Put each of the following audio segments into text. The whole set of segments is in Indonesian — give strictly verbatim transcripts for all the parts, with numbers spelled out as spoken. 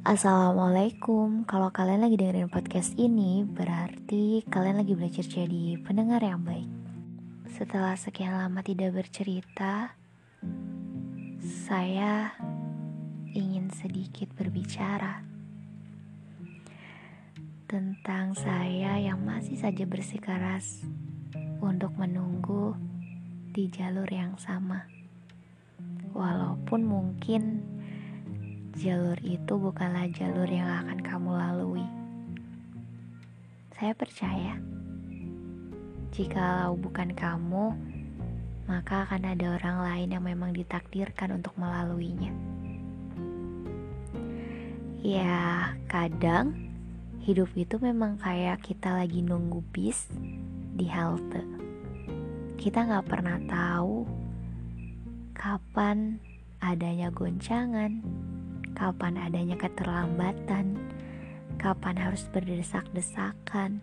Assalamualaikum. Kalau kalian lagi dengerin podcast ini, berarti kalian lagi belajar jadi pendengar yang baik. Setelah sekian lama tidak bercerita, saya ingin sedikit berbicara tentang saya yang masih saja bersikeras untuk menunggu di jalur yang sama. Walaupun mungkin jalur itu bukanlah jalur yang akan kamu lalui. Saya percaya, jikalau bukan kamu, maka akan ada orang lain yang memang ditakdirkan untuk melaluinya. Ya, kadang hidup itu memang kayak kita lagi nunggu bis di halte. Kita gak pernah tahu kapan adanya goncangan, kapan adanya keterlambatan, kapan harus berdesak-desakan,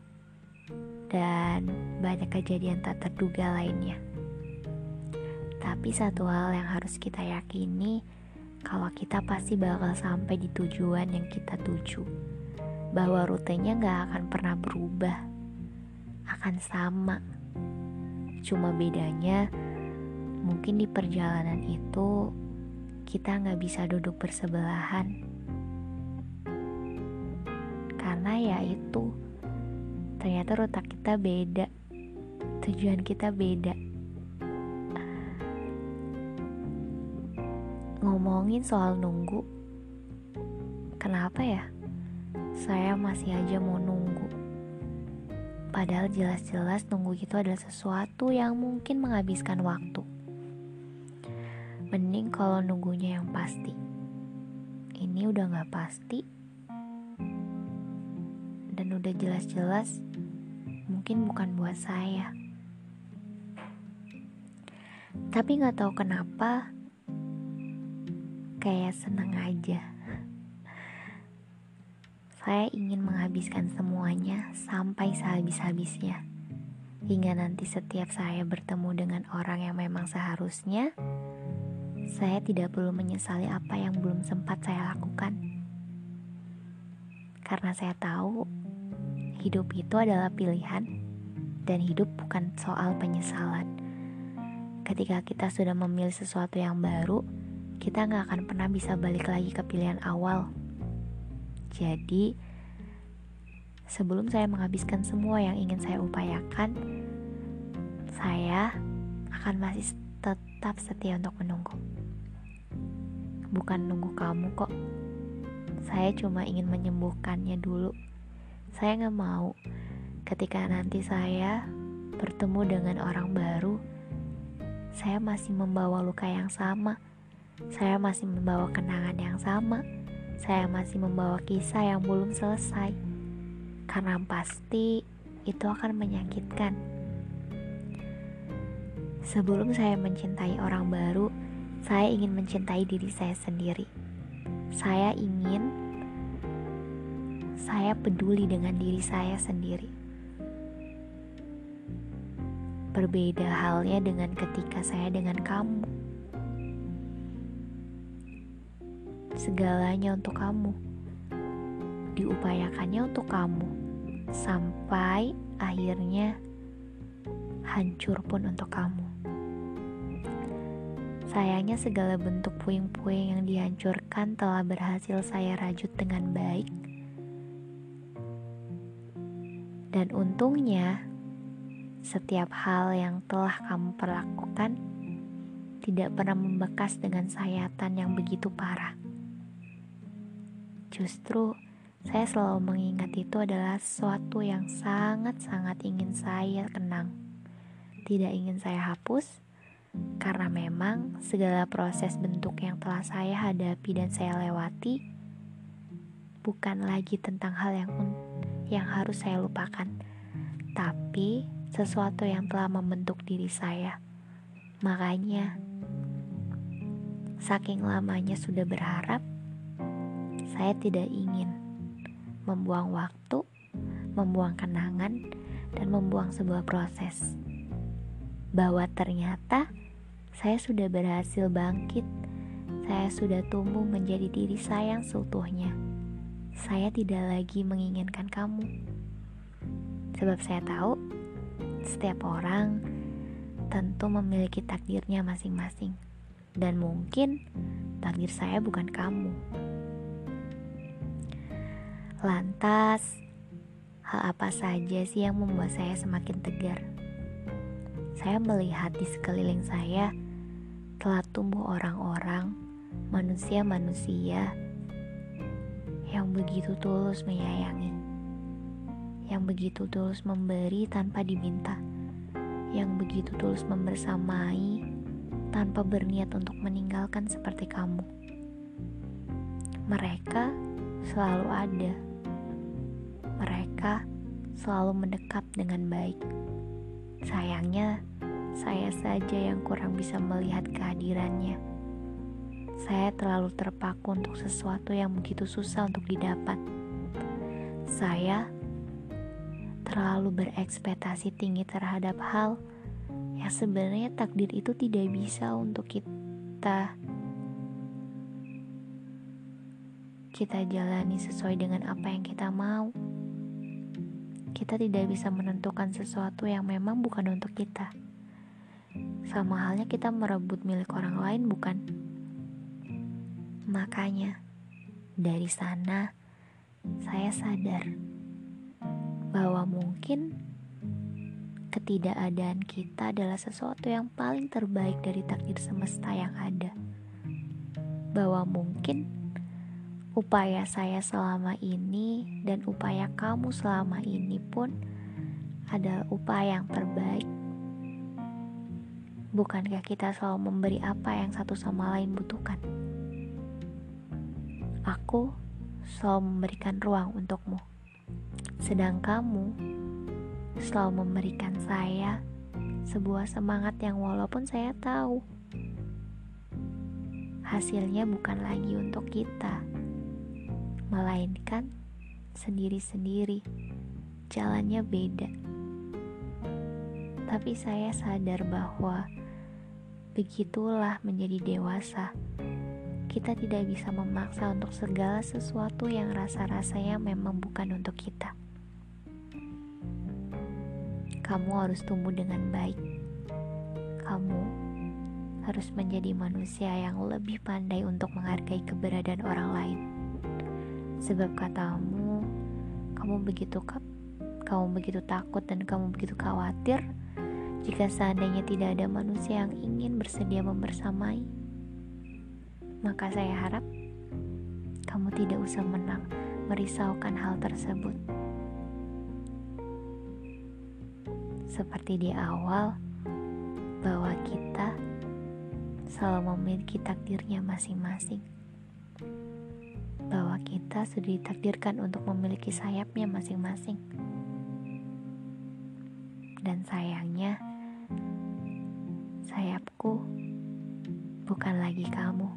dan banyak kejadian tak terduga lainnya. Tapi satu hal yang harus kita yakini, kalau kita pasti bakal sampai di tujuan yang kita tuju, bahwa rutenya gak akan pernah berubah, akan sama. Cuma bedanya mungkin di perjalanan itu kita gak bisa duduk bersebelahan, karena ya itu, ternyata rute kita beda, tujuan kita beda. Ngomongin soal nunggu, kenapa ya saya masih aja mau nunggu? Padahal jelas-jelas nunggu itu adalah sesuatu yang mungkin menghabiskan waktu. Mending kalau nunggunya yang pasti. Ini udah gak pasti, dan udah jelas-jelas mungkin bukan buat saya. Tapi gak tahu kenapa, kayak seneng aja. Saya ingin menghabiskan semuanya sampai sehabis-habisnya, hingga nanti setiap saya bertemu dengan orang yang memang seharusnya, saya tidak perlu menyesali apa yang belum sempat saya lakukan. Karena saya tahu hidup itu adalah pilihan, dan hidup bukan soal penyesalan. Ketika kita sudah memilih sesuatu yang baru, kita gak akan pernah bisa balik lagi ke pilihan awal. Jadi, sebelum saya menghabiskan semua yang ingin saya upayakan, saya akan masih tetap setia untuk menunggu. Bukan nunggu kamu kok. Saya cuma ingin menyembuhkannya dulu. Saya gak mau ketika nanti saya bertemu dengan orang baru, saya masih membawa luka yang sama. Saya masih membawa kenangan yang sama. Saya masih membawa kisah yang belum selesai. Karena pasti itu akan menyakitkan. Sebelum saya mencintai orang baru, saya ingin mencintai diri saya sendiri. Saya ingin saya peduli dengan diri saya sendiri. Berbeda halnya dengan ketika saya dengan kamu. Segalanya untuk kamu, diupayakannya untuk kamu, sampai akhirnya hancur pun untuk kamu. Sayangnya segala bentuk puing-puing yang dihancurkan telah berhasil saya rajut dengan baik. Dan untungnya, setiap hal yang telah kamu perlakukan tidak pernah membekas dengan sayatan yang begitu parah. Justru, saya selalu mengingat itu adalah sesuatu yang sangat-sangat ingin saya kenang. Tidak ingin saya hapus, karena memang segala proses bentuk yang telah saya hadapi dan saya lewati bukan lagi tentang hal yang yang harus saya lupakan, tapi sesuatu yang telah membentuk diri saya. Makanya, saking lamanya sudah berharap, saya tidak ingin membuang waktu, membuang kenangan, dan membuang sebuah proses. Bahwa ternyata saya sudah berhasil bangkit, Saya sudah tumbuh menjadi diri saya yang seutuhnya. Saya tidak lagi menginginkan kamu. Sebab saya tahu, setiap orang tentu memiliki takdirnya masing-masing. Dan mungkin takdir saya bukan kamu. Lantas, hal apa saja sih yang membuat saya semakin tegar? Saya melihat di sekeliling saya telah tumbuh orang-orang, manusia-manusia yang begitu tulus menyayangi, yang begitu tulus memberi tanpa diminta, yang begitu tulus membersamai tanpa berniat untuk meninggalkan seperti kamu. Mereka selalu ada. Mereka selalu mendekat dengan baik. Sayangnya, saya saja yang kurang bisa melihat kehadirannya. Saya terlalu terpaku untuk sesuatu yang begitu susah untuk didapat. Saya terlalu berekspektasi tinggi terhadap hal yang sebenarnya takdir itu tidak bisa untuk kita kita jalani sesuai dengan apa yang kita mau. Kita tidak bisa menentukan sesuatu yang memang bukan untuk kita. Sama halnya kita merebut milik orang lain, bukan? Makanya, dari sana, saya sadar bahwa mungkin ketidakadaan kita adalah sesuatu yang paling terbaik dari takdir semesta yang ada. Bahwa mungkin upaya saya selama ini dan upaya kamu selama ini pun adalah upaya yang terbaik. Bukankah kita selalu memberi apa yang satu sama lain butuhkan? Aku selalu memberikan ruang untukmu, sedang kamu selalu memberikan saya sebuah semangat yang walaupun saya tahu hasilnya bukan lagi untuk kita, melainkan sendiri-sendiri, jalannya beda. Tapi saya sadar bahwa begitulah menjadi dewasa. Kita tidak bisa memaksa untuk segala sesuatu yang rasa-rasanya memang bukan untuk kita. Kamu harus tumbuh dengan baik. Kamu harus menjadi manusia yang lebih pandai untuk menghargai keberadaan orang lain. Sebab katamu, kamu begitu kamu begitu takut dan kamu begitu khawatir jika seandainya tidak ada manusia yang ingin bersedia membersamai. Maka saya harap kamu tidak usah menang merisaukan hal tersebut. Seperti di awal, bahwa kita selalu memiliki takdirnya masing-masing. Bahwa kita sudah ditakdirkan untuk memiliki sayapnya masing-masing. Dan sayangnya, sayapku bukan lagi kamu.